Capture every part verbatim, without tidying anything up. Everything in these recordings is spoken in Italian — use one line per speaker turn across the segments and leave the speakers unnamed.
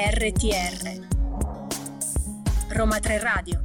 R T R Roma tre Radio.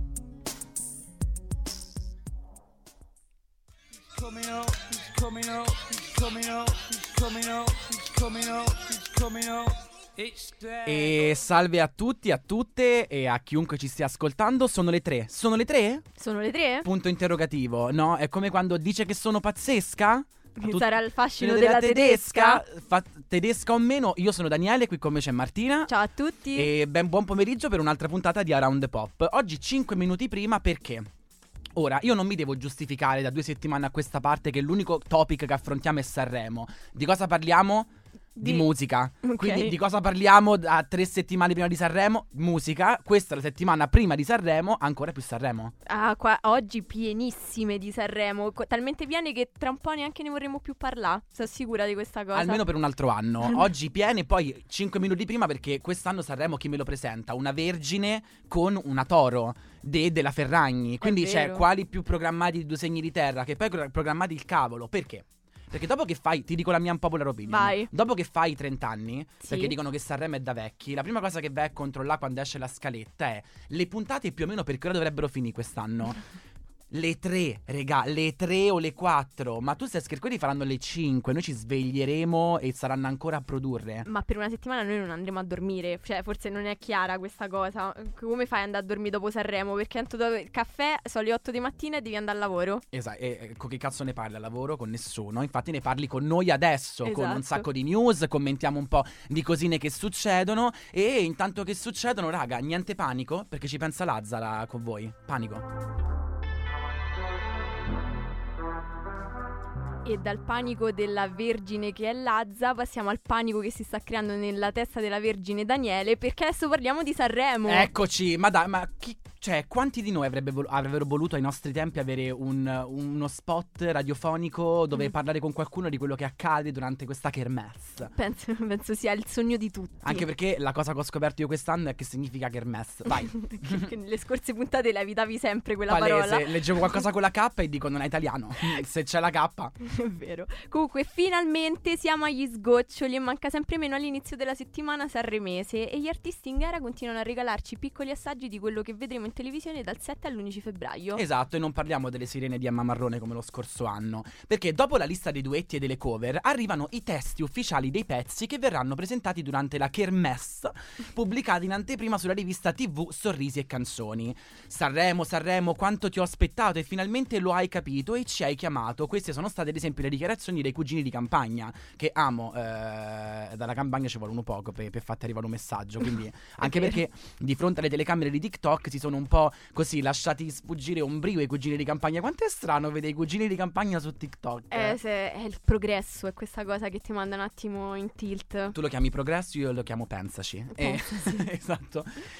Coming up, he's coming up, he's coming up, he's coming up, he's coming up, he's coming up.
E salve a tutti, a tutte e a chiunque ci stia ascoltando. Sono le tre. Sono le tre?
Sono le tre?
Punto interrogativo. No, è come quando dice che sono pazzesca.
Tut- Sarà il fascino
della,
della
tedesca,
tedesca.
fa- tedesca o meno. Io sono Daniele, qui con me c'è Martina.
Ciao a tutti.
E ben buon pomeriggio per un'altra puntata di Around the Pop. Oggi cinque minuti prima perché? Ora, io non mi devo giustificare da due settimane a questa parte che l'unico topic che affrontiamo è Sanremo. Di cosa parliamo? Di, di musica.
Okay.
Quindi di cosa parliamo a tre settimane prima di Sanremo? Musica. Questa è la settimana prima di Sanremo, ancora più Sanremo.
Ah, qua oggi pienissime di Sanremo, co- talmente piene che tra un po' neanche ne vorremmo più parlare. Sono sicura di questa cosa.
Almeno per un altro anno. Oggi piene, poi cinque minuti prima perché quest'anno Sanremo chi me lo presenta? Una vergine con una toro de- della Ferragni. Quindi c'è quali più programmati di Due Segni di Terra, che poi pro- programmati il cavolo. Perché? Perché dopo che fai, ti dico la mia unpopular opinion.
Vai.
Dopo che fai trenta anni,
sì.
Perché dicono che Sanremo è da vecchi, la prima cosa che vai a controllare quando esce la scaletta è le puntate più o meno per che ora dovrebbero finire quest'anno. Le tre, regà, le tre o le quattro. Ma tu stai scherzando, quelli faranno le cinque. Noi ci sveglieremo e saranno ancora a produrre.
Ma per una settimana noi non andremo a dormire. Cioè, forse non è chiara questa cosa. Come fai ad andare a dormire dopo Sanremo? Perché tanto dopo il caffè sono le otto di mattina e devi andare al lavoro.
Esatto, e e con che cazzo ne parli al lavoro? Con nessuno. Infatti ne parli con noi adesso,
esatto.
Con un sacco di news, commentiamo un po' di cosine che succedono. E intanto che succedono, raga, niente panico, perché ci pensa Lazzara con voi. Panico.
E dal panico della vergine che è Lazza passiamo al panico che si sta creando nella testa della vergine Daniele, perché adesso parliamo di Sanremo.
Eccoci, ma dai, ma chi, cioè, quanti di noi avrebbe vol- avrebbero voluto ai nostri tempi avere un, uno spot radiofonico dove mm. parlare con qualcuno di quello che accade durante questa kermesse?
Penso, penso sia il sogno di tutti.
Anche perché la cosa che ho scoperto io quest'anno è che significa kermesse. Vai.
Le scorse puntate la evitavi sempre quella
Palese,
parola.
Leggevo qualcosa con la K e dico non è italiano. Se c'è la K.
È vero. Comunque finalmente siamo agli sgoccioli e manca sempre meno all'inizio della settimana sanremese e gli artisti in gara continuano a regalarci piccoli assaggi di quello che vedremo in televisione dal sette all'undici febbraio.
Esatto, e non parliamo delle sirene di Emma Marrone come lo scorso anno, perché dopo la lista dei duetti e delle cover arrivano i testi ufficiali dei pezzi che verranno presentati durante la Kermesse, pubblicati in anteprima sulla rivista tivù Sorrisi e Canzoni. Sanremo, Sanremo, quanto ti ho aspettato e finalmente lo hai capito e ci hai chiamato. Queste sono state ad esempio le dichiarazioni dei cugini di campagna, che amo, eh, dalla campagna ci vuole uno poco per, per farti arrivare un messaggio, quindi anche perché di fronte alle telecamere di TikTok si sono un po' così lasciati sfuggire un brio i cugini di campagna. Quanto è strano vedere i cugini di campagna su TikTok.
Eh, se è il progresso, è questa cosa che ti manda un attimo in tilt.
Tu lo chiami progresso, io lo chiamo pensaci.
Pensaci.
Eh, esatto.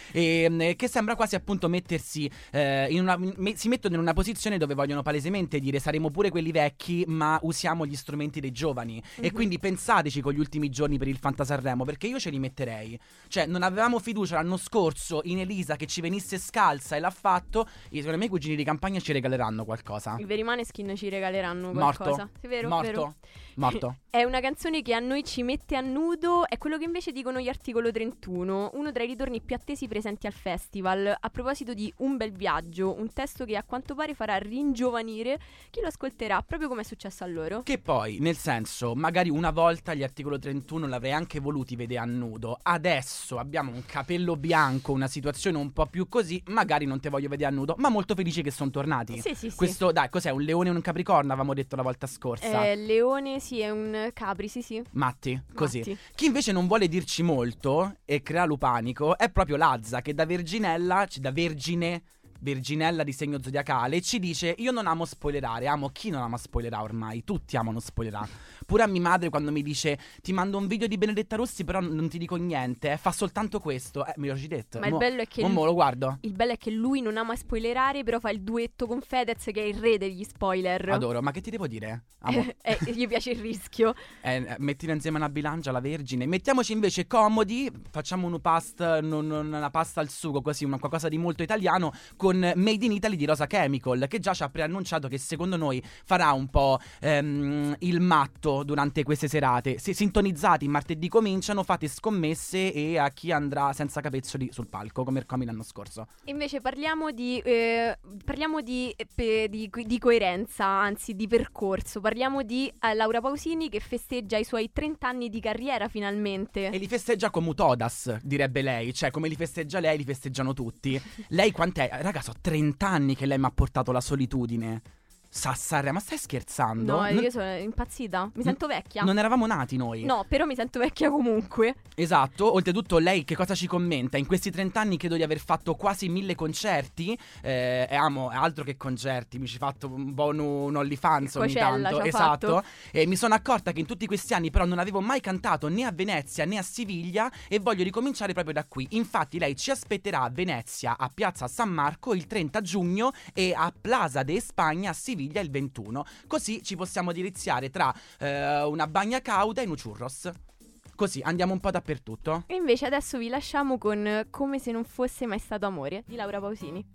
E, che sembra quasi appunto mettersi eh, in una, me, si mettono in una posizione dove vogliono palesemente dire saremo pure quelli vecchi ma usiamo gli strumenti dei giovani. Mm-hmm. E quindi pensateci con gli ultimi giorni per il Fantasarremo, perché io ce li metterei. Cioè non avevamo fiducia l'anno scorso in Elisa che ci venisse scalza e l'ha fatto. E secondo me i cugini di campagna ci regaleranno qualcosa.
I veri Maneskin ci regaleranno qualcosa.
Morto.
Sì, vero,
Morto.
vero.
Morto.
È una canzone che a noi ci mette a nudo. È quello che invece dicono gli articolo trentuno, uno tra i ritorni più attesi presenti al festival. A proposito di Un bel viaggio, un testo che a quanto pare farà ringiovanire chi lo ascolterà, proprio come è successo a loro.
Che poi, nel senso, magari una volta gli articolo trentuno l'avrei anche voluti vedere a nudo. Adesso abbiamo un capello bianco, una situazione un po' più così, magari non te voglio vedere a nudo, ma molto felici che sono tornati.
Sì, sì, sì.
Questo, dai, cos'è? Un leone e un capricorno, avevamo detto la volta scorsa.
Eh, leone, sì, è un capri, sì, sì.
Matti, così.
Matti.
Chi invece non vuole dirci molto e crea lupanico è proprio Lazza, che da verginella, da vergine... Verginella di segno zodiacale, ci dice: io non amo spoilerare. Amo chi non ama spoilerare ormai. Tutti amano spoilerare. Pure a mia madre quando mi dice: ti mando un video di Benedetta Rossi però non ti dico niente, eh, fa soltanto questo. Eh, me l'ho già detto.
Ma
mo,
il bello è che
mo,
lui,
mo lo guardo.
Il bello è che lui non ama spoilerare, però fa il duetto con Fedez, che è il re degli spoiler.
Adoro, ma che ti devo dire? Amo.
eh, gli piace il rischio.
Eh, mettila insieme una bilancia, la vergine. Mettiamoci invece comodi. Facciamo una pasta, non, non, una pasta al sugo, così, una, qualcosa di molto italiano, con con Made in Italy di Rosa Chemical, che già ci ha preannunciato che secondo noi farà un po' ehm, il matto durante queste serate. Se sintonizzati, martedì cominciano, fate scommesse e a chi andrà senza capezzoli sul palco come Ercomi l'anno scorso.
Invece parliamo di eh, parliamo di, pe, di, di coerenza, anzi di percorso. Parliamo di eh, Laura Pausini che festeggia i suoi trenta anni di carriera finalmente.
E li festeggia come Utodas, direbbe lei. Cioè, come li festeggia lei, li festeggiano tutti. Lei quant'è? Raga, so trenta anni che lei mi ha portato la solitudine. Sassarre, ma stai scherzando?
No,
non...
io sono impazzita. Mi sento vecchia.
Non eravamo nati noi.
No, però mi sento vecchia comunque.
Esatto, oltretutto lei che cosa ci commenta? In questi trenta anni credo di aver fatto quasi mille concerti. Eh, e amo, altro che concerti, mi ci ho fatto un buon un OnlyFans ogni
Cocella
tanto.
ci ha
Esatto.
fatto.
E mi sono accorta che in tutti questi anni però non avevo mai cantato né a Venezia né a Siviglia e voglio ricominciare proprio da qui. Infatti lei ci aspetterà a Venezia, a Piazza San Marco il trenta giugno e a Plaza de Spagna a Siviglia il ventuno. Così ci possiamo diriziare tra eh, una bagna cauda e un churros. Così andiamo un po' dappertutto.
E invece adesso vi lasciamo con Come se non fosse mai stato amore di Laura Pausini.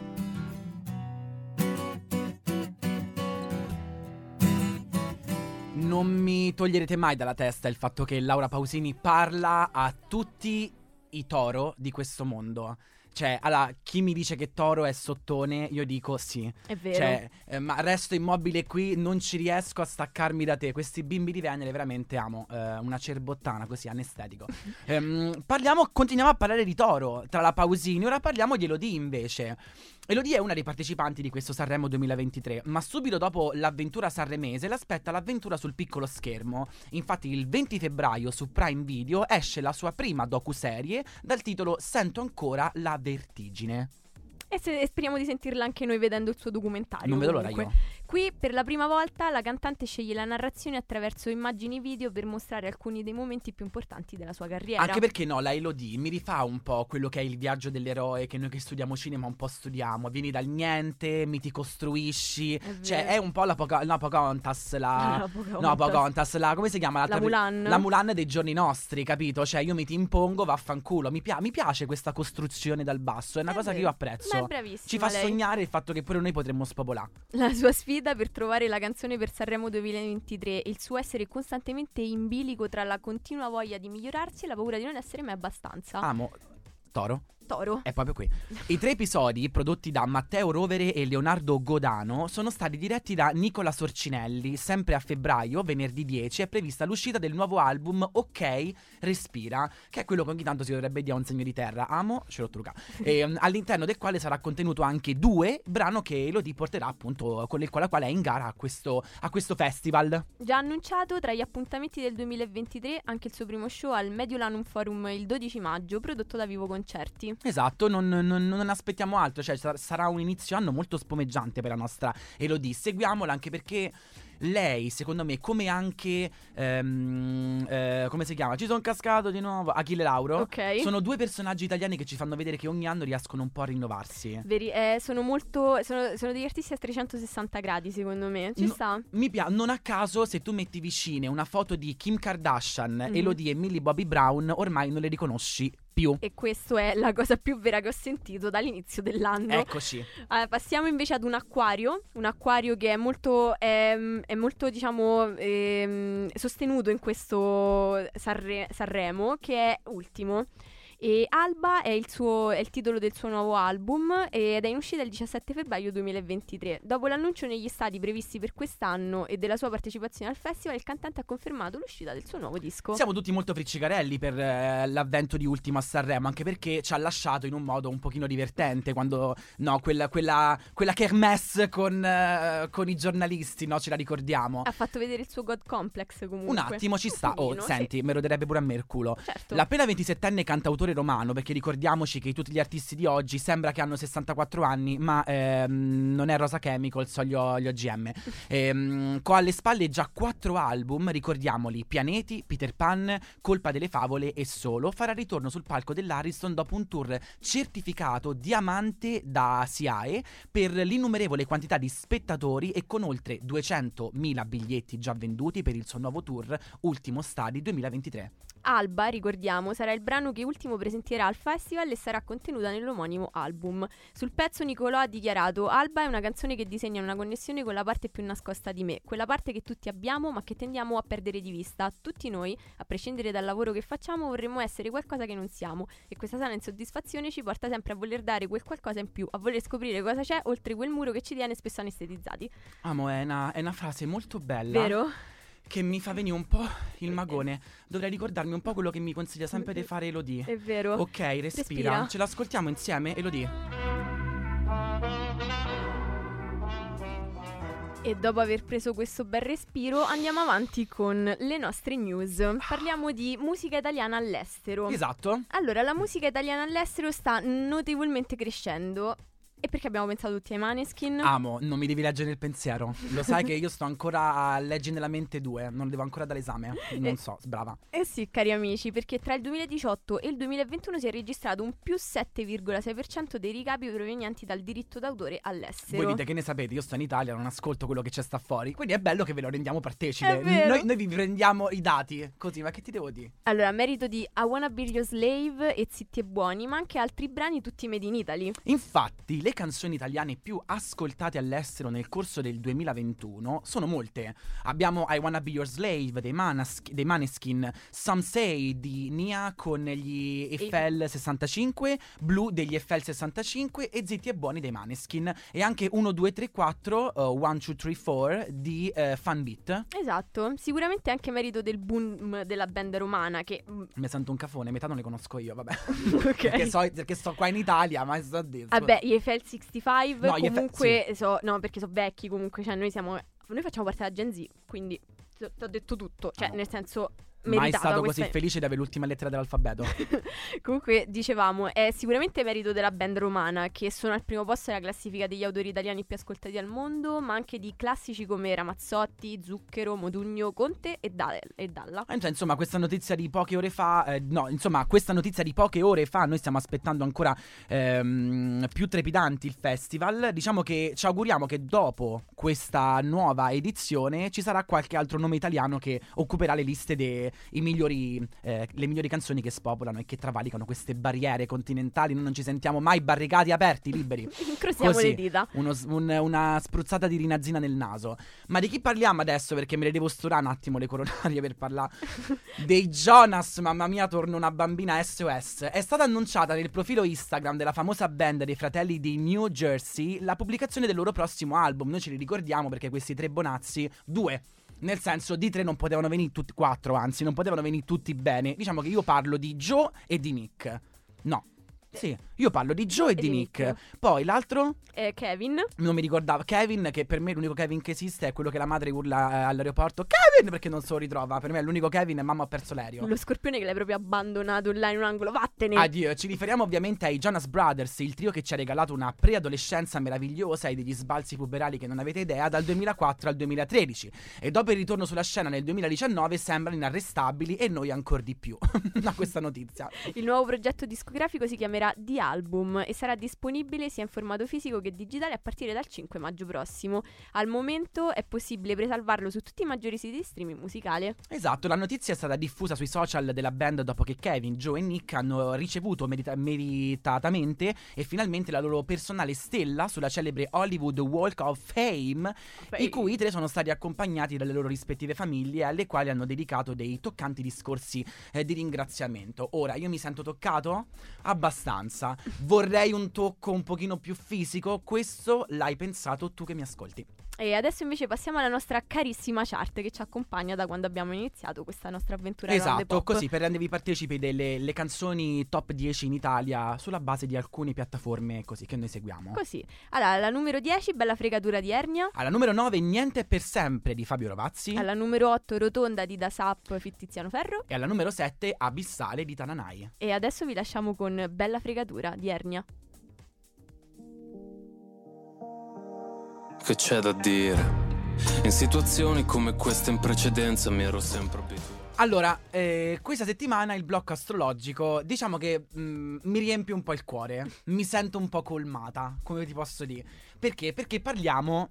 Non mi toglierete mai dalla testa il fatto che Laura Pausini parla a tutti i Toro di questo mondo. Cioè, allora, chi mi dice che Toro è sottone, io dico sì.
È vero.
Cioè, eh, ma resto immobile qui, non ci riesco a staccarmi da te. Questi bimbi di Venere veramente amo. Eh, una cerbottana così, anestetico. ehm, parliamo, continuiamo a parlare di Toro tra la Pausini. Ora parliamo di Elodie invece. Elodie è una dei partecipanti di questo Sanremo duemilaventitré, ma subito dopo l'avventura sanremese l'aspetta l'avventura sul piccolo schermo. Infatti il venti febbraio su Prime Video esce la sua prima docuserie dal titolo Sento ancora la vertigine.
E se, speriamo di sentirla anche noi vedendo il suo documentario.
Non vedo l'ora
comunque.
io.
Qui per la prima volta la cantante sceglie la narrazione attraverso immagini video per mostrare alcuni dei momenti più importanti della sua carriera.
Anche perché no, la Elodie mi rifà un po' quello che è il viaggio dell'eroe che noi che studiamo cinema un po' studiamo. Vieni dal niente, mi ti costruisci.
È
Cioè
vero.
è un po' la Poca- no, Pocahontas, la...
No, Pocahontas.
No, Pocahontas, la... come si chiama?
La
l'altra-
Mulan.
La Mulan dei giorni nostri, capito? Cioè io mi ti impongo, vaffanculo. Mi, pia- mi piace questa costruzione dal basso, è una
È
cosa che
vero.
io apprezzo.
Ma è bravissima
Ci fa
lei.
sognare il fatto che pure noi potremmo spopolare.
La sua sfida per trovare la canzone per Sanremo duemilaventitré, il suo essere costantemente in bilico tra la continua voglia di migliorarsi e la paura di non essere mai abbastanza.
Amo Toro.
Toro.
È proprio qui. I tre episodi, prodotti da Matteo Rovere e Leonardo Godano, sono stati diretti da Nicola Sorcinelli. Sempre a febbraio, venerdì dieci, è prevista l'uscita del nuovo album Ok, Respira, che è quello che ogni tanto si dovrebbe dire a un segno di terra. Amo, ce l'ho trucca. E, um, all'interno del quale sarà contenuto anche Due, brano che Elodie porterà appunto con, il, con la quale è in gara a questo, a questo festival.
Già annunciato tra gli appuntamenti del duemilaventitré anche il suo primo show al Mediolanum Forum il dodici maggio, prodotto da Vivo Concerti.
Esatto, non, non, non aspettiamo altro, cioè sar- sarà un inizio anno molto spumeggiante per la nostra Elodie. Seguiamola anche perché lei, secondo me, come anche ehm, eh, come si chiama? Ci sono cascato di nuovo Achille Lauro.
Ok.
Sono due personaggi italiani che ci fanno vedere che ogni anno riescono un po' a rinnovarsi.
Veri- eh, sono molto sono, sono degli artisti a trecentosessanta gradi, secondo me. Ci
No,
sta?
Mi piace, non a caso se tu metti vicine una foto di Kim Kardashian,
Mhm.
Elodie e Millie Bobby Brown, ormai non le riconosci più.
E questa è la cosa più vera che ho sentito dall'inizio dell'anno.
Eccoci.
Eh, passiamo invece ad un acquario, un acquario che è molto, ehm, è molto diciamo, ehm, sostenuto in questo Sanre- Sanremo, che è Ultimo. E Alba è il, suo, è il titolo del suo nuovo album ed è in uscita il diciassette febbraio duemilaventitré. Dopo l'annuncio negli stadi previsti per quest'anno e della sua partecipazione al festival, il cantante ha confermato l'uscita del suo nuovo disco.
Siamo tutti molto friccicarelli per eh, l'avvento di Ultimo a Sanremo, anche perché ci ha lasciato in un modo un pochino divertente quando, no, quella, quella, quella kermesse con, eh, con i giornalisti, no, ce la ricordiamo.
Ha fatto vedere il suo God Complex comunque.
Un attimo ci sta. Oh,
pochino, sì.
senti, me lo darebbe pure a me il culo.
Certo.
L'appena ventisettenne cantautore romano, perché ricordiamoci che tutti gli artisti di oggi sembra che hanno sessantaquattro anni, ma ehm, non è Rosa Chemical, so gli, O- gli O G M. Ehm, con alle spalle già quattro album, ricordiamoli: Pianeti, Peter Pan, Colpa delle favole e Solo. Farà ritorno sul palco dell'Ariston dopo un tour certificato diamante da S I A E per l'innumerevole quantità di spettatori e con oltre duecentomila biglietti già venduti per il suo nuovo tour Ultimo Stadi duemilaventitré.
Alba, ricordiamo, sarà il brano che Ultimo presenterà al festival e sarà contenuta nell'omonimo album. Sul pezzo Nicolò ha dichiarato: Alba è una canzone che disegna una connessione con la parte più nascosta di me, quella parte che tutti abbiamo ma che tendiamo a perdere di vista. Tutti noi, a prescindere dal lavoro che facciamo, vorremmo essere qualcosa che non siamo, e questa sana insoddisfazione ci porta sempre a voler dare quel qualcosa in più, a voler scoprire cosa c'è oltre quel muro che ci tiene spesso anestetizzati.
Amo, è una, è una frase molto bella.
Vero?
Che mi fa venire un po' il magone. Dovrei ricordarmi un po' quello che mi consiglia sempre di fare Elodie.
È vero.
Ok, respira.
Respira.
Ce l'ascoltiamo insieme, Elodie.
E dopo aver preso questo bel respiro andiamo avanti con le nostre news. Parliamo di musica italiana all'estero.
Esatto.
Allora, la musica italiana all'estero sta notevolmente crescendo. E perché abbiamo pensato tutti ai Maneskin?
Amo, non mi devi leggere il pensiero. Lo sai che io sto ancora a leggere nella mente due. Non devo ancora dare esame. Non
Eh.
so, brava.
Eh sì, cari amici, perché tra il duemiladiciotto e il duemilaventuno si è registrato un più sette virgola sei per cento dei ricavi provenienti dal diritto d'autore all'estero.
Voi dite che ne sapete, io sto in Italia, non ascolto quello che c'è sta fuori. Quindi è bello che ve lo rendiamo partecipe.
È vero.
Noi, noi vi prendiamo i dati. Così, ma che ti devo dire?
Allora, a merito di I Wanna Be Your Slave e Zitti e Buoni, ma anche altri brani tutti made in Italy.
Infatti, le canzoni italiane più ascoltate all'estero nel corso del duemilaventuno sono molte. Abbiamo I Wanna Be Your Slave dei, Manas- dei Maneskin, Some Say di Nia con gli F L sessantacinque, Blue degli F L sessantacinque e Zitti e Buoni dei Maneskin, e anche uno due tre quattro, uh, one two three four di uh, Fun Beat.
Esatto, sicuramente anche merito del boom della band romana che... mm,
Mi sento un cafone, metà non le conosco io, vabbè.
ok.
perché, so, perché sto qua in Italia, ma sto a dire.
Vabbè, gli F L sessantacinque
No, gli F L
comunque so, no, perché sono vecchi comunque, cioè noi siamo noi facciamo parte della Gen Z, quindi ti ho detto tutto, cioè
No.
nel senso
Mai
meritata
stato
questa...
così felice di avere l'ultima lettera dell'alfabeto.
Comunque dicevamo, è sicuramente merito della band romana, che sono al primo posto nella classifica degli autori italiani più ascoltati al mondo, ma anche di classici come Ramazzotti, Zucchero, Modugno, Conte e, da- e Dalla.
Eh, cioè, insomma, questa notizia di poche ore fa, eh, no, insomma, questa notizia di poche ore fa, noi stiamo aspettando ancora ehm, più trepidanti il festival. Diciamo che ci auguriamo che dopo questa nuova edizione ci sarà qualche altro nome italiano che occuperà le liste dei i migliori, eh, le migliori canzoni che spopolano e che travalicano queste barriere continentali. Noi non ci sentiamo mai barricati aperti, liberi.
Incrociamo
Così,
le dita.
uno s- un- una spruzzata di rinazzina nel naso. Ma di chi parliamo adesso? Perché me le devo sturare un attimo le coronarie per parlare dei Jonas. Mamma mia, torno una bambina S O S. È stata annunciata nel profilo Instagram della famosa band dei fratelli di New Jersey la pubblicazione del loro prossimo album. Noi ce li ricordiamo perché questi tre bonazzi, due nel senso di tre non potevano venire tutti, quattro anzi non potevano venire tutti bene. Diciamo che io parlo di Joe e di Nick. No, sì, io parlo di Joe e, di Nick.
Nick.
Poi l'altro
Eh, Kevin.
non mi ricordavo, Kevin, che per me l'unico Kevin che esiste è quello che la madre urla eh, all'aeroporto Kevin, perché non se lo ritrova. Per me è l'unico Kevin e mamma ha perso l'aereo.
Lo scorpione che l'hai proprio abbandonato là in un angolo. Vattene.
Addio, ci riferiamo ovviamente ai Jonas Brothers, il trio che ci ha regalato una preadolescenza meravigliosa e degli sbalzi puberali che non avete idea dal duemilaquattro al duemilatredici. E dopo il ritorno sulla scena nel duemiladiciannove sembrano inarrestabili e noi ancora di più. Da questa notizia.
Il nuovo progetto discografico si chiamerà The Album e sarà disponibile sia in formato fisico che digitale a partire dal cinque maggio prossimo. Al momento è possibile presalvarlo su tutti i maggiori siti di streaming musicale.
Esatto, la notizia è stata diffusa sui social della band dopo che Kevin, Joe e Nick hanno ricevuto merita- meritatamente e finalmente la loro personale stella sulla celebre Hollywood Walk of Fame, i cui i tre sono stati accompagnati dalle loro rispettive famiglie, alle quali hanno dedicato dei toccanti discorsi eh, di ringraziamento. Ora, io mi sento toccato? Abbastanza. Vorrei un tocco un pochino più fisico. Questo l'hai pensato tu che mi ascolti.
E adesso invece passiamo alla nostra carissima chart che ci accompagna da quando abbiamo iniziato questa nostra avventura grande
Esatto,
pop.
così per rendervi partecipi delle le canzoni top dieci in Italia sulla base di alcune piattaforme così che noi seguiamo.
Così. Allora, la numero dieci, Bella fregatura di Ernia.
Alla numero nove, Niente per sempre di Fabio Rovazzi.
Alla numero otto, Rotonda di Da Sap fit Tiziano Ferro.
E alla numero sette, Abissale di Tananai.
E adesso vi lasciamo con Bella fregatura di Ernia.
Che c'è da dire? In situazioni come queste in precedenza mi ero sempre abituato.
Allora, eh, questa settimana il blocco astrologico, diciamo che mm, mi riempie un po' il cuore. Mi sento un po' colmata, come ti posso dire. Perché? Perché parliamo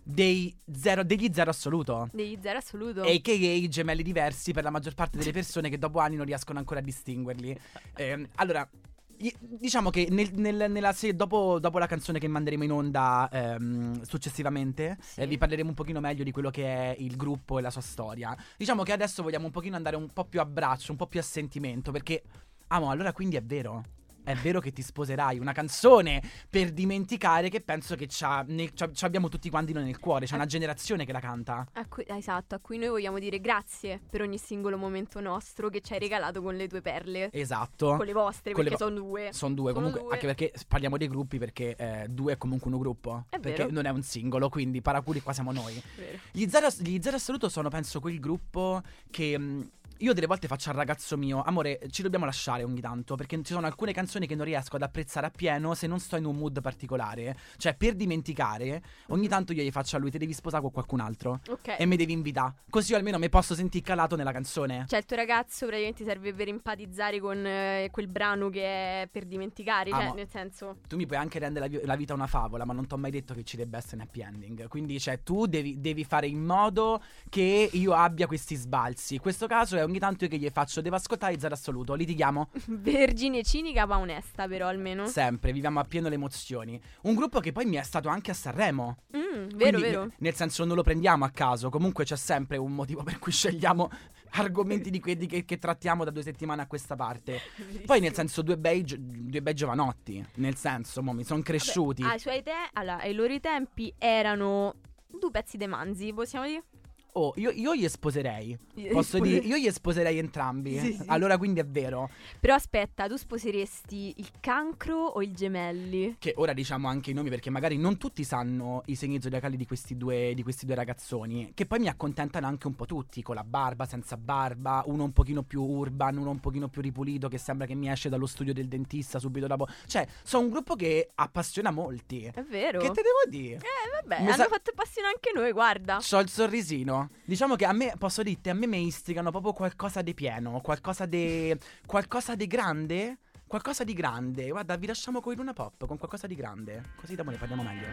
Dei zero, degli zero assoluto.
Degli zero assoluto.
A K A gemelli diversi per la maggior parte delle persone che dopo anni non riescono ancora a distinguerli. Eh, allora, i- diciamo che nel, nel- nella se- dopo, dopo la canzone che manderemo in onda ehm, successivamente,
Sì.
eh, vi parleremo un pochino meglio di quello che è il gruppo e la sua storia. Diciamo che adesso vogliamo un pochino andare un po' più a braccio, un po' più a sentimento, perché, amo, allora quindi è vero. È vero che ti sposerai, una canzone per dimenticare che penso che c'ha, nel- c'ha- ci abbiamo tutti quanti noi nel cuore, c'è una generazione che la canta.
A cui- esatto, a cui noi vogliamo dire grazie per ogni singolo momento nostro che ci hai regalato con le tue perle.
Esatto.
Con le vostre,
Con le
perché
vo-
sono due.
Sono due,
Sono
comunque,
due.
anche perché parliamo dei gruppi perché eh, due è comunque uno gruppo.
È
perché
vero.
non è un singolo, quindi paraculi qua siamo noi.
Vero.
Gli Zero, gli Zero Assoluto sono, penso, quel gruppo che mh, io delle volte faccio al ragazzo mio: amore, ci dobbiamo lasciare ogni tanto, perché ci sono alcune canzoni che non riesco ad apprezzare appieno se non sto in un mood particolare. Cioè, per dimenticare, ogni tanto io gli faccio a lui: ti devi sposare con qualcun altro
Ok.
e mi devi invitare. Così io almeno mi posso sentire calato nella canzone.
Cioè il tuo ragazzo praticamente serve per empatizzare con eh, quel brano che è per dimenticare,
Ah,
cioè
ma-
nel senso.
Tu mi puoi anche rendere la, vi- la vita una favola, ma non ti ho mai detto che ci debba essere un happy ending. Quindi, cioè, tu devi, devi fare in modo che io abbia questi sbalzi. In questo caso è ogni tanto io che gli faccio: devo ascoltare Zero Assoluto, litighiamo.
Vergine e cinica ma onesta però almeno.
Sempre, viviamo appieno le emozioni. Un gruppo che poi mi è stato anche a Sanremo.
Mm, vero,
Quindi,
vero.
n- Nel senso, non lo prendiamo a caso. Comunque c'è sempre un motivo per cui scegliamo argomenti di quelli che, che trattiamo da due settimane a questa parte. Poi nel senso due bei, gio- due bei giovanotti. Nel senso, mo, mi sono cresciuti.
Ai suoi te- allora, ai loro tempi erano due pezzi de manzi, possiamo dire?
Oh, io, io gli sposerei.
Gli
Posso
spose-
dire, io gli sposerei entrambi.
Sì, sì.
Allora quindi è vero.
Però aspetta, tu sposeresti il cancro o il gemelli?
Che ora diciamo anche i nomi perché magari non tutti sanno i segni zodiacali di questi due, di questi due ragazzoni. Che poi mi accontentano anche un po' tutti, con la barba, senza barba, uno un pochino più urban, uno un pochino più ripulito che sembra che mi esce dallo studio del dentista subito dopo. Cioè, sono un gruppo che appassiona molti.
È vero?
Che te devo dire?
Eh vabbè,
Mi
hanno
sa-
fatto passione anche noi, guarda.
C'ho il sorrisino. Diciamo che a me, posso dirti, a me mi istigano proprio qualcosa di pieno, qualcosa di qualcosa di grande, qualcosa di grande. Guarda, vi lasciamo con il Luna Pop, con qualcosa di grande. Così dopo ne parliamo meglio.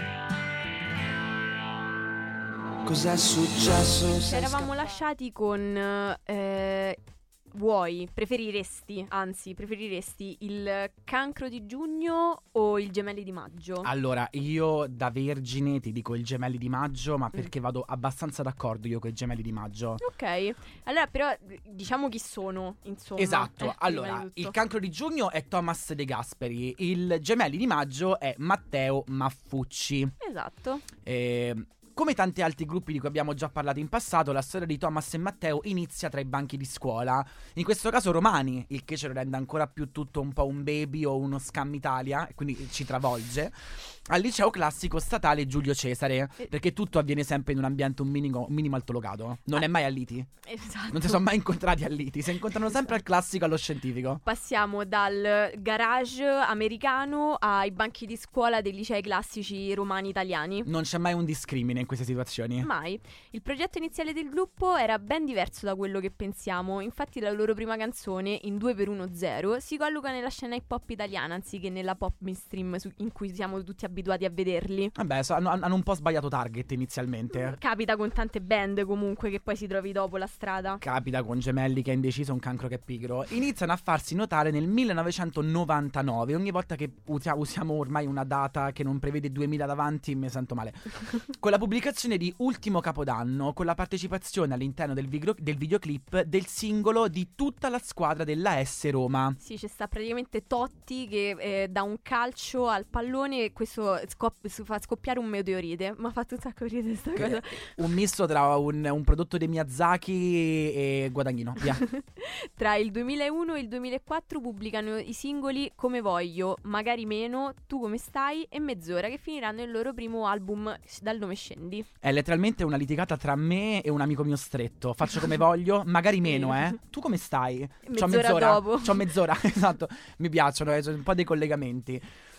Cos'è successo?
Ci eravamo lasciati con eh, vuoi, preferiresti, anzi, preferiresti il cancro di giugno o il gemelli di maggio?
Allora, io da vergine ti dico il gemelli di maggio, ma perché vado abbastanza d'accordo io con i gemelli di maggio.
Ok, allora però diciamo chi sono, insomma.
Esatto,
eh, prima
allora,
di tutto.
il cancro di giugno è Thomas De Gasperi, il gemelli di maggio è Matteo Maffucci.
Esatto.
Eh, come tanti altri gruppi di cui abbiamo già parlato in passato, la storia di Thomas e Matteo inizia tra i banchi di scuola. In questo caso romani, il che ce lo rende ancora più tutto un po' un baby o uno Scam Italia, e quindi ci travolge. Al liceo classico statale Giulio Cesare,
Eh.
perché tutto avviene sempre in un ambiente un minimo, un minimo altolocato. Non è mai a liti.
Esatto.
Non si sono mai incontrati a liti, si incontrano sempre al classico, allo scientifico.
Passiamo dal garage americano ai banchi di scuola dei licei classici romani italiani.
Non c'è mai un discrimine in queste situazioni.
Mai. Il progetto iniziale del gruppo era ben diverso da quello che pensiamo. Infatti la loro prima canzone, In due per uno zero, si colloca nella scena hip hop italiana anziché nella pop mainstream su- in cui siamo tutti abituati a vederli.
Vabbè, so- hanno, hanno un po' sbagliato target inizialmente.
Capita con tante band comunque che poi si trovi dopo la strada.
Capita con gemelli che è indeciso, un cancro che è pigro. Iniziano a farsi notare nel millenovecentonovantanove. Ogni volta che usia- usiamo ormai una data che non prevede duemila davanti mi sento male. Con la pubblicazione di Ultimo Capodanno, con la partecipazione all'interno del, vigro- del videoclip del singolo di tutta la squadra della S Roma.
Sì, c'è sta praticamente Totti che eh, dà un calcio al pallone e questo scop- si fa scoppiare un meteorite. Mi ha fatto un sacco ridere questa cosa.
Un misto tra un, un prodotto di Miyazaki e Guadagnino. Via.
Tra il duemilauno e il duemilaquattro pubblicano i singoli Come Voglio, Magari Meno, Tu Come Stai e Mezz'ora, che finiranno il loro primo album dal nome Scendi.
È letteralmente una litigata tra me e un amico mio stretto. Faccio come voglio, magari meno, eh. Tu come stai? C'ho
Mezz'ora
mezz'ora.
dopo.
C'ho mezz'ora, esatto. Mi piacciono, eh, sono un po' dei collegamenti.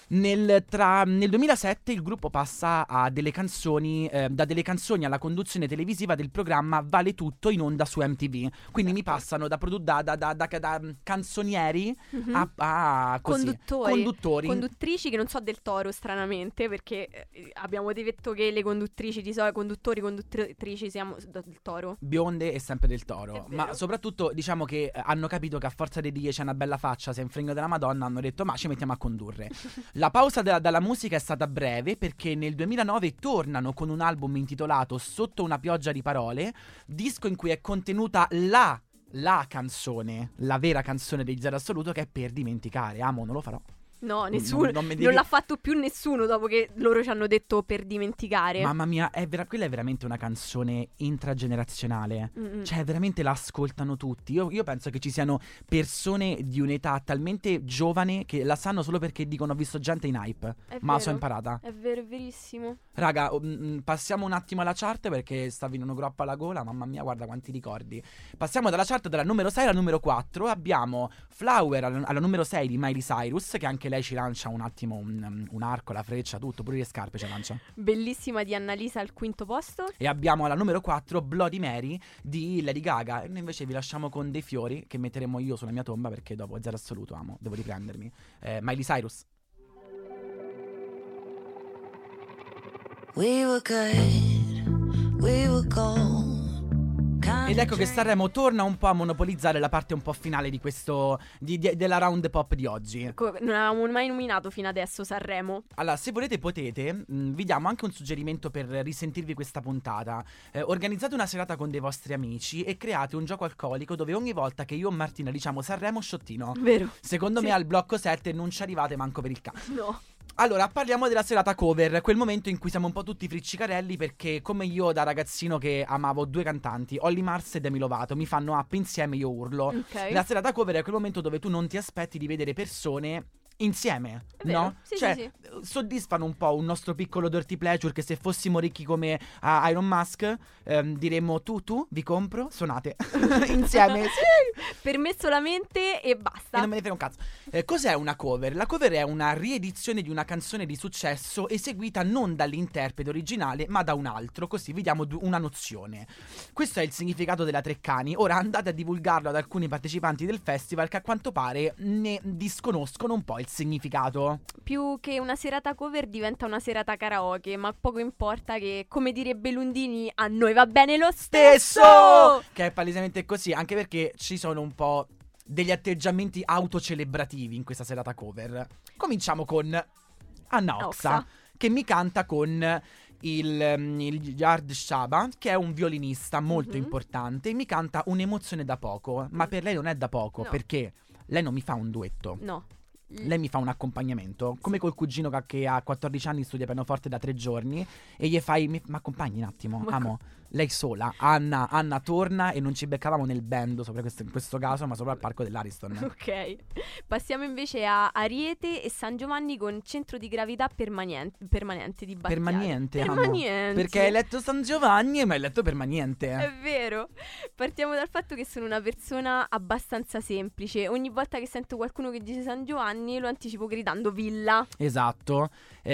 Nel, tra, nel duemilasette il gruppo passa a delle canzoni, eh, da delle canzoni alla conduzione televisiva del programma Vale Tutto in onda su M T V. Quindi mi passano da, produ- da, da, da, da, da canzonieri
Mhm.
a, a così,
Conduttori.
conduttori.
Conduttrici che non so del Toro, stranamente, perché eh, abbiamo detto che le conduttrici di solito, conduttori, conduttrici siamo del Toro.
Bionde e sempre del Toro.
È vero.
Ma soprattutto diciamo che eh, hanno capito che a forza di dire c'è una bella faccia, sei un fregno della Madonna, hanno detto ma ci mettiamo a condurre. La pausa da- dalla musica è stata breve perché nel duemilanove tornano con un album intitolato Sotto una pioggia di parole, disco in cui è contenuta la, la canzone, la vera canzone dei Zero Assoluto, che è Per dimenticare. Amo, non lo farò.
No, nessuno.
non
Non,
mi devi-
l'ha fatto più nessuno dopo che loro ci hanno detto per dimenticare.
Mamma mia, è vera- quella è veramente una canzone intragenerazionale.
Mm-mm.
Cioè, veramente la ascoltano tutti. Io, io penso che ci siano persone di un'età talmente giovane che la sanno solo perché dicono ho visto gente in hype.
È
Ma
vero.
so imparata.
È vero, è verissimo.
Raga, mm, mm, passiamo un attimo alla chart perché sta venendo groppa alla gola. Mamma mia, guarda quanti ricordi. Passiamo dalla chart dalla numero sei alla numero quattro. Abbiamo Flower alla, alla numero sei di Miley Cyrus, che anche lei ci lancia un attimo un, un arco, la freccia, tutto, pure le scarpe ci lancia.
Bellissima di Annalisa al quinto posto.
E abbiamo alla numero quattro Bloody Mary di Lady Gaga. E noi invece vi lasciamo con dei fiori che metteremo io sulla mia tomba perché dopo Zero Assoluto amo, devo riprendermi. eh, Miley Cyrus.
We were good, we were gold.
Ed ecco che Sanremo torna un po' a monopolizzare la parte un po' finale di questo di- di- della round pop di oggi.
Ecco, non avevamo mai nominato fino adesso Sanremo.
Allora, se volete potete, mh, vi diamo anche un suggerimento per risentirvi questa puntata. Eh, organizzate una serata con dei vostri amici e create un gioco alcolico dove ogni volta che io e Martina diciamo Sanremo sciottino.
Vero?
Secondo
Sì.
me al blocco sette non ci arrivate manco per il cazzo.
No.
Allora, parliamo della serata cover, quel momento in cui siamo un po' tutti friccicarelli perché come io da ragazzino che amavo due cantanti, Olly Mars e Demi Lovato, mi fanno up insieme, io urlo.
Ok.
La serata cover è quel momento dove tu non ti aspetti di vedere persone insieme,
È vero,
no?
sì,
cioè,
sì,
soddisfano un po' un nostro piccolo dirty pleasure che se fossimo ricchi come ah, Iron Musk ehm, diremmo tu, tu, vi compro, suonate insieme. Sì.
Per me solamente e
E
basta.
non me ne frega un cazzo. Eh, cos'è una cover? La cover è una riedizione di una canzone di successo eseguita non dall'interprete originale ma da un altro, così vi diamo du- una nozione. Questo è il significato della Treccani. Ora andate a divulgarlo ad alcuni partecipanti del festival che a quanto pare ne disconoscono un po' il significato.
Più che una serata cover diventa una serata karaoke, ma poco importa che, come direbbe Lundini, a noi va bene lo stesso!
Stesso! Che è palesemente così, anche perché ci sono un po' degli atteggiamenti autocelebrativi in questa serata cover. Cominciamo con Anna Oxa,
Oxa.
che mi canta con il, um, il Yard Shaba, che è un violinista molto
Mhm.
importante, e mi canta un'emozione da poco, ma per lei non è da poco,
No.
perché lei non mi fa un duetto.
No.
Lei mi fa un accompagnamento, come col cugino che- che ha quattordici anni, studia pianoforte da tre giorni e gli fai, mi accompagni un attimo,
Ma
amo. Lei sola, Anna, Anna torna e non ci beccavamo nel band, sopra questo, in questo caso, ma sopra al parco dell'Ariston.
Ok. Passiamo invece a Ariete e San Giovanni con centro di gravità permanente, permanente di Battiato.
Permanente, amo.
Permanente.
Perché hai letto San Giovanni e mi hai letto
È
permanente.
vero. Partiamo dal fatto che sono una persona abbastanza semplice. Ogni volta che sento qualcuno che dice San Giovanni lo anticipo gridando villa.
Esatto.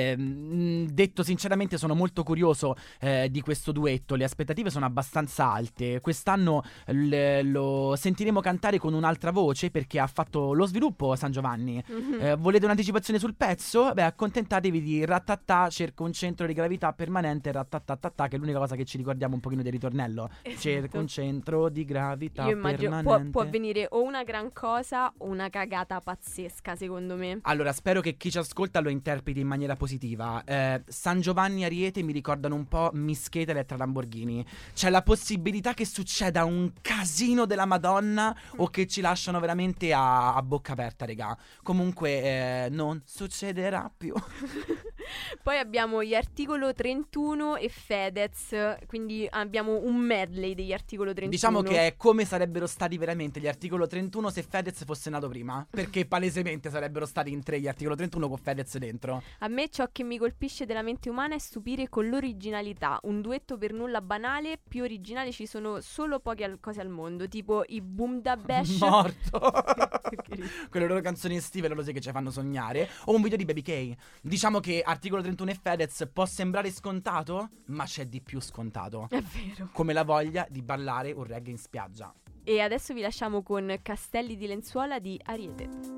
Ehm, detto sinceramente sono molto curioso eh, di questo duetto. Le aspettative sono abbastanza alte. Quest'anno l- lo sentiremo cantare con un'altra voce perché ha fatto lo sviluppo San Giovanni.
Mhm.
Eh, volete un'anticipazione sul pezzo? Beh, accontentatevi di Ratatà, cerco un centro di gravità permanente, Ratatata, che è l'unica cosa che ci ricordiamo un pochino del ritornello.
Esatto.
Cerco un centro di gravità
Io immagino può,
permanente.
può avvenire o una gran cosa o una cagata pazzesca, secondo me.
Allora, spero che chi ci ascolta lo interpreti in maniera positiva. Eh, San Giovanni e Ariete mi ricordano un po' Mischeta e Elettra Lamborghini. C'è la possibilità che succeda un casino della Madonna o che ci lasciano veramente a, a bocca aperta, regà. Comunque, eh, non succederà più.
Poi abbiamo gli Articolo trentuno e Fedez, quindi abbiamo un medley degli Articolo trentuno.
Diciamo che è come sarebbero stati veramente gli Articolo trentuno se Fedez fosse nato prima, perché palesemente sarebbero stati in tre gli Articolo trentuno con Fedez dentro.
A me ciò che mi colpisce della mente umana è stupire con l'originalità, un duetto per nulla banale, più originale ci sono solo poche al- cose al mondo, tipo i Boom Da Bash.
Morto. Quelle loro canzoni estive, loro sì che ci fanno sognare. O un video di Baby K. Diciamo che Articolo trentuno e Fedez può sembrare scontato, ma c'è di più scontato.
È vero.
Come la voglia di ballare un reggae in spiaggia.
E adesso vi lasciamo con Castelli di Lenzuola di Ariete.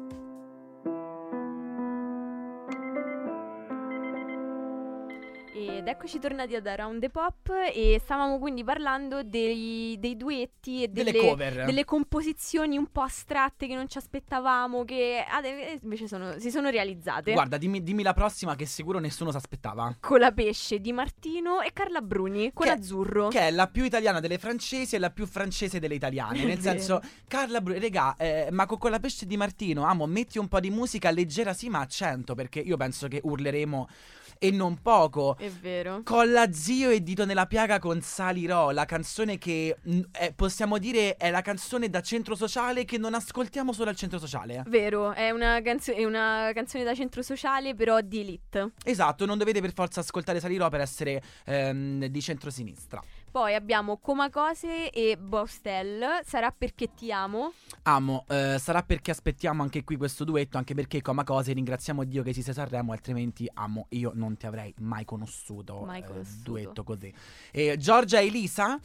Ed eccoci tornati ad Around the Pop e stavamo quindi parlando dei, dei duetti e
Delle
delle,
cover.
delle composizioni un po' astratte che non ci aspettavamo, che ade- invece sono, si sono realizzate.
Guarda, dimmi, dimmi la prossima che sicuro nessuno si aspettava.
Con la Pesce di Martino e Carla Bruni con
Che-
Azzurro.
Che è la più italiana delle francesi e la più francese delle italiane.
È
Nel
vero.
senso, Carla Bruni, regà, eh, ma con quella Pesce di Martino, amo, metti un po' di musica leggera sì ma a cento, perché io penso che urleremo e non poco.
È vero.
Colla zio e dito nella piaga con Salirò, la canzone che mh, è- possiamo dire è la canzone da centro sociale che non ascoltiamo solo al centro sociale.
Vero, è una, canzo- è una canzone da centro sociale però di elite.
Esatto, non dovete per forza ascoltare Salirò per essere ehm, di centrosinistra.
Poi abbiamo Comacose e Bostel, Sarà perché ti amo.
Amo, eh, sarà perché aspettiamo anche qui questo duetto, anche perché Coma Cose ringraziamo Dio che esiste Sanremo, altrimenti amo, io non ti avrei mai conosciuto.
Mai
eh,
conosciuto.
duetto così. E Giorgia e Elisa,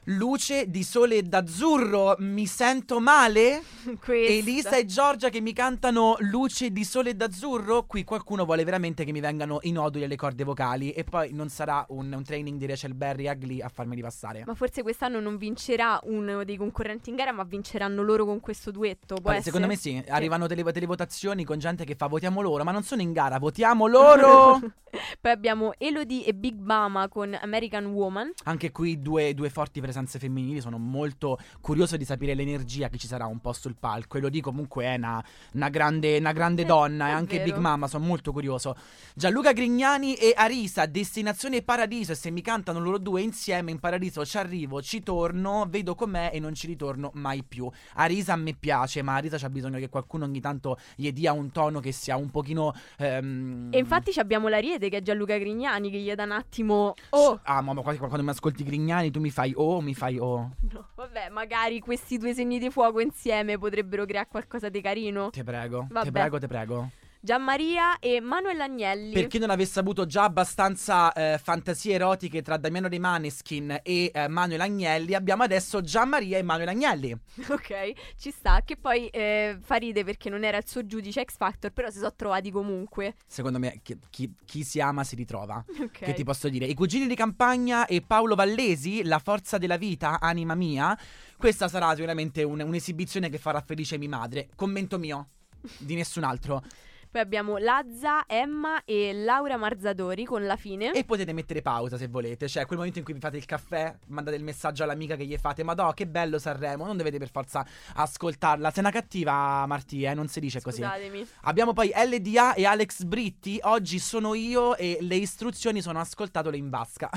Luce di sole e d'azzurro, mi sento male?
Questa.
Elisa e Giorgia che mi cantano Luce di sole e d'azzurro. Qui qualcuno vuole veramente che mi vengano i noduli alle corde vocali. E poi non sarà un, un training di Rachel Berry a Glee a farmeli passare.
Ma forse quest'anno non vincerà uno dei concorrenti in gara, ma vinceranno loro con questo duetto. Può
Poi,
essere?
secondo me sì, arrivano delle, delle votazioni con gente che fa votiamo loro, ma non sono in gara, votiamo loro.
Poi abbiamo Elodie e Big Mama con American Woman.
Anche qui due, due forti presenze femminili, sono molto curioso di sapere l'energia che ci sarà un po' sul palco. E lo dico comunque è una, una grande, una grande
Eh,
donna,
è
e anche
vero.
Big Mama, sono molto curioso. Gianluca Grignani e Arisa, Destinazione Paradiso, e se mi cantano loro due insieme in paradiso ci arrivo, ci torno, vedo com'è e non ci ritorno mai più. Arisa a me piace, ma Arisa c'ha bisogno che qualcuno ogni tanto gli dia un tono che sia un pochino... ehm,
E infatti ci abbiamo l'Ariete che è Gianluca Grignani che gli dà un attimo oh.
Ah, ma quando, quando mi ascolti Grignani tu mi fai oh, mi fai oh.
No, vabbè, magari questi due segni di fuoco insieme potrebbero creare qualcosa di carino.
Te prego,
Vabbè.
te prego, te prego.
Gianmaria e Manuel Agnelli.
Per chi non avesse avuto già abbastanza eh, fantasie erotiche tra Damiano De Maneskin e eh, Manuel Agnelli, abbiamo adesso Gianmaria e Manuel Agnelli.
Ok, ci sta. Che poi eh, fa ride perché non era il suo giudice X Factor, però si sono trovati comunque.
Secondo me chi, chi- chi si ama si ritrova.
Ok.
Che ti posso dire? I cugini di campagna e Paolo Vallesi, La forza della vita, anima mia. Questa sarà sicuramente un- un'esibizione che farà felice mia madre. Commento mio, di nessun altro.
Poi abbiamo Lazza, Emma e Laura Marzadori con La fine.
E potete mettere pausa se volete. Cioè quel momento in cui vi fate il caffè, mandate il messaggio all'amica che gli fate Madò che bello Sanremo. Non dovete per forza ascoltarla. Sei una cattiva Martì, eh, non si dice così.
Scusatemi.
Abbiamo poi L D A e Alex Britti. Oggi sono io e le istruzioni sono ascoltatole in vasca.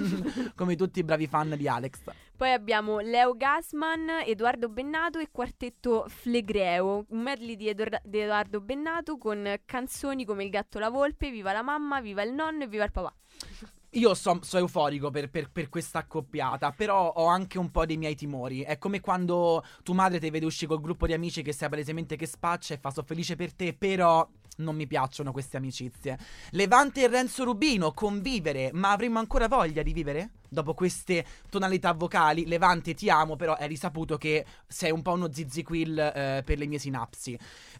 Come tutti i bravi fan di Alex.
Poi abbiamo Leo Gassman, Edoardo Bennato e Quartetto Flegreo, un medley di, Edor- di Edoardo Bennato con canzoni come Il gatto la volpe, Viva la mamma, Viva il nonno e Viva il papà.
Io so, so euforico per, per, per questa accoppiata, però ho anche un po' dei miei timori. È come quando tua madre ti vede uscire col gruppo di amici che sai palesemente che spaccia e fa so felice per te, però non mi piacciono queste amicizie. Levante e Renzo Rubino, convivere, ma avremmo ancora voglia di vivere? Dopo queste tonalità vocali, Levante ti amo, però è risaputo che sei un po' uno zizziquill eh, per le mie sinapsi.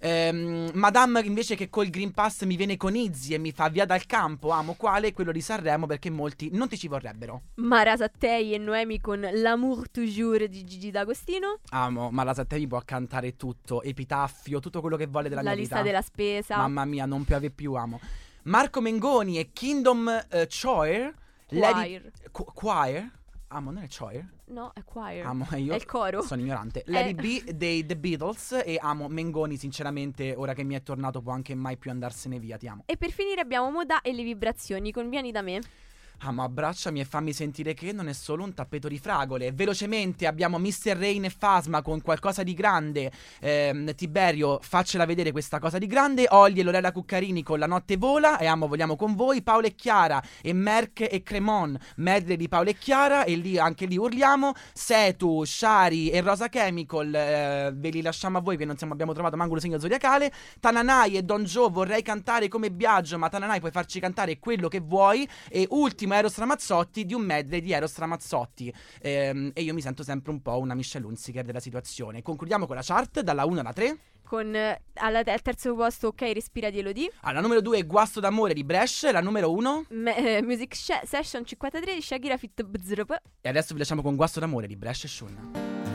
Ehm, Madame invece che col Green Pass mi viene con Izzy e mi fa via dal campo, amo quale? Quello di Sanremo, perché molti non ti ci vorrebbero.
Mara Sattei e Noemi con L'amour toujours di Gigi D'Agostino.
Amo, ma la Sattei può cantare tutto, epitaffio, tutto quello che vuole della
La
mia
lista
vita.
della spesa.
Mamma mia, non piove più, amo. Marco Mengoni e Kingdom eh, Choir. Lady-
Choir.
Qu- Choir? Amo, non è Choir?
No, è choir.
Amo, io
È il coro.
sono ignorante.
È-
Lady B dei The Beatles. E amo Mengoni, sinceramente, ora che mi è tornato può anche mai più andarsene via, ti amo.
E per finire abbiamo Modà e le vibrazioni con Vieni da me.
Amo, abbracciami e fammi sentire che non è solo un tappeto di fragole. Velocemente abbiamo mister Rain e Fasma con qualcosa di grande. Ehm, Tiberio, faccela vedere questa cosa di grande. Olli e Lorella Cuccarini con La notte vola. E amo, vogliamo con voi. Paolo e Chiara e Merck e Cremon. Medley di Paolo e Chiara. E lì anche lì urliamo. Setu, Shari e Rosa Chemical. eh, ve li lasciamo a voi che non siamo, abbiamo trovato manco lo segno zodiacale. Tananai e Don Joe, vorrei cantare come Biagio, ma Tananai puoi farci cantare quello che vuoi. E ultimo Eros Ramazzotti di un medley di Eros Ramazzotti. Ehm, e io mi sento sempre un po' una Michelle Hunziker della situazione. Concludiamo con la chart dalla uno alla tre.
Con eh, alla te- al terzo posto Ok respira di Elodie.
Alla numero due Guasto d'amore di Bresh. La numero uno.
Me- eh, Music Sh- Session cinquantatré di Shakira Fit Bzrp.
E adesso vi lasciamo con Guasto d'amore di Bresh e Shun.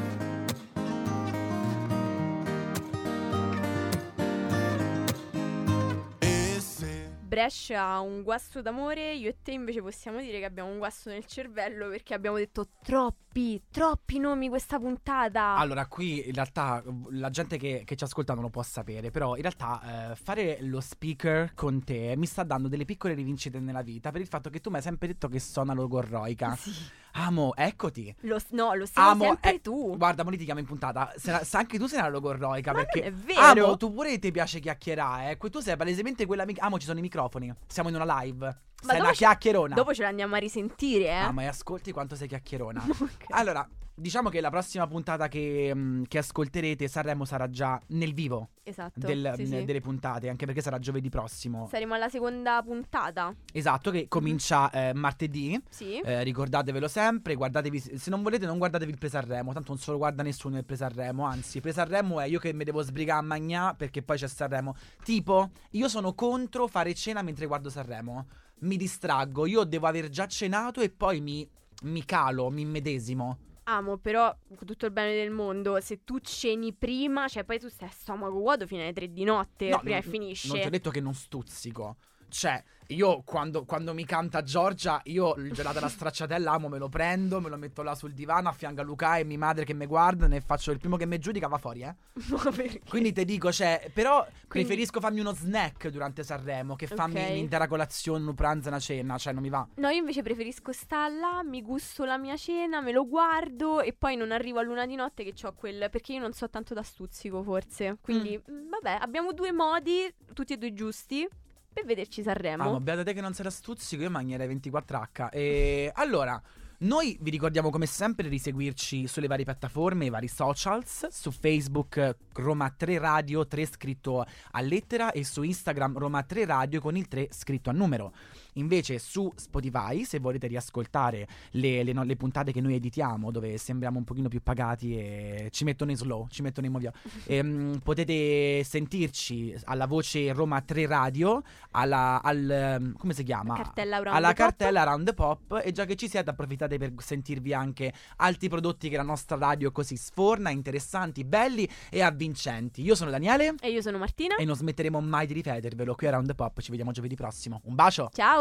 Bresh ha un guasto d'amore, io e te invece possiamo dire che abbiamo un guasto nel cervello perché abbiamo detto troppi, troppi nomi questa puntata.
Allora, qui in realtà la gente che, che ci ascolta non lo può sapere, però in realtà eh, fare lo speaker con te mi sta dando delle piccole rivincite nella vita per il fatto che tu mi hai sempre detto che sono logorroica.
Sì.
Amo, eccoti.
Lo, no, lo sei
Amo,
sempre
eh,
tu.
Guarda, mo li ti chiamo in puntata. Se, la- se anche tu sei una logorroica.
Ma
perché
non è vero.
Amo, tu pure ti piace chiacchierare. Eh. Que- Tu sei palesemente quella. mic- Amo, ci sono i microfoni. Siamo in una live.
Ma
sei
dopo
una
ci-
chiacchierona.
Dopo ce l'andiamo a risentire, eh.
Ah, ma e ascolti quanto sei chiacchierona.
Ok.
Allora, diciamo che la prossima puntata che, mh, che ascolterete, Sanremo sarà già nel vivo
Esatto.
del-
sì,
mh,
sì.
delle puntate, anche perché sarà giovedì prossimo.
Saremo alla seconda puntata.
Esatto, che comincia eh, martedì.
Sì.
Eh, ricordatevelo sempre, guardatevi, se non volete non guardatevi il Pre-Sanremo, tanto non se lo guarda nessuno il Pre-Sanremo, anzi il Pre-Sanremo è io che mi devo sbrigare a magnà perché poi c'è Sanremo. Tipo, io sono contro fare cena mentre guardo Sanremo, mi distraggo, io devo aver già cenato e poi mi, mi calo, mi immedesimo.
Amo, però, con tutto il bene del mondo, se tu ceni prima, cioè poi tu stai a stomaco vuoto fino alle tre di notte,
No,
prima
non-
che finisce.
Non ti ho detto che non stuzzico. Cioè, io quando, quando mi canta Giorgia, io il gelato alla stracciatella amo, me lo prendo, me lo metto là sul divano a fianco a Luca e mia madre che mi guarda, ne faccio il primo che mi giudica, va fuori, eh.
Ma perché?
Quindi ti dico, cioè, però
Quindi-
preferisco farmi uno snack durante Sanremo che farmi
Ok.
un'intera colazione, un pranzo e una cena, cioè non mi va.
No, io invece preferisco stare là, mi gusto la mia cena, me lo guardo e poi non arrivo a luna di notte che ho quel... Perché io non so tanto da stuzzico, forse. Quindi, mm, vabbè, abbiamo due modi, tutti e due giusti, per vederci Sanremo.
Ah, ma beata te che non sei da stuzzico, io mangerei ventiquattro acca. E allora, noi vi ricordiamo come sempre di seguirci sulle varie piattaforme, i vari socials, su Facebook Roma tre Radio, tre scritto a lettera, e su Instagram Roma tre Radio con il tre scritto a numero. Invece su Spotify, se volete riascoltare le, le, no- le puntate che noi editiamo, dove sembriamo un pochino più pagati e ci mettono in slow, ci mettono in movia, ehm, potete sentirci alla voce Roma tre Radio, alla, al, come si chiama?
Cartella Around
alla
the Pop.
cartella Round the Pop. E già che ci siete, approfittate per sentirvi anche altri prodotti che la nostra radio così sforna, interessanti, belli e avvincenti. Io sono Daniele
E io sono Martina.
e non smetteremo mai di ripetervelo qui a Round the Pop. Ci vediamo giovedì prossimo. Un bacio.
Ciao!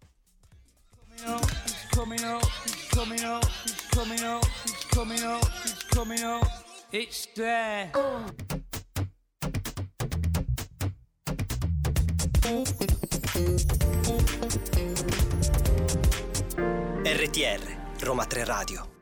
He's coming up, he's coming up, he's coming up, he's coming up, he's coming up. It's there.
R T R Roma tre Radio.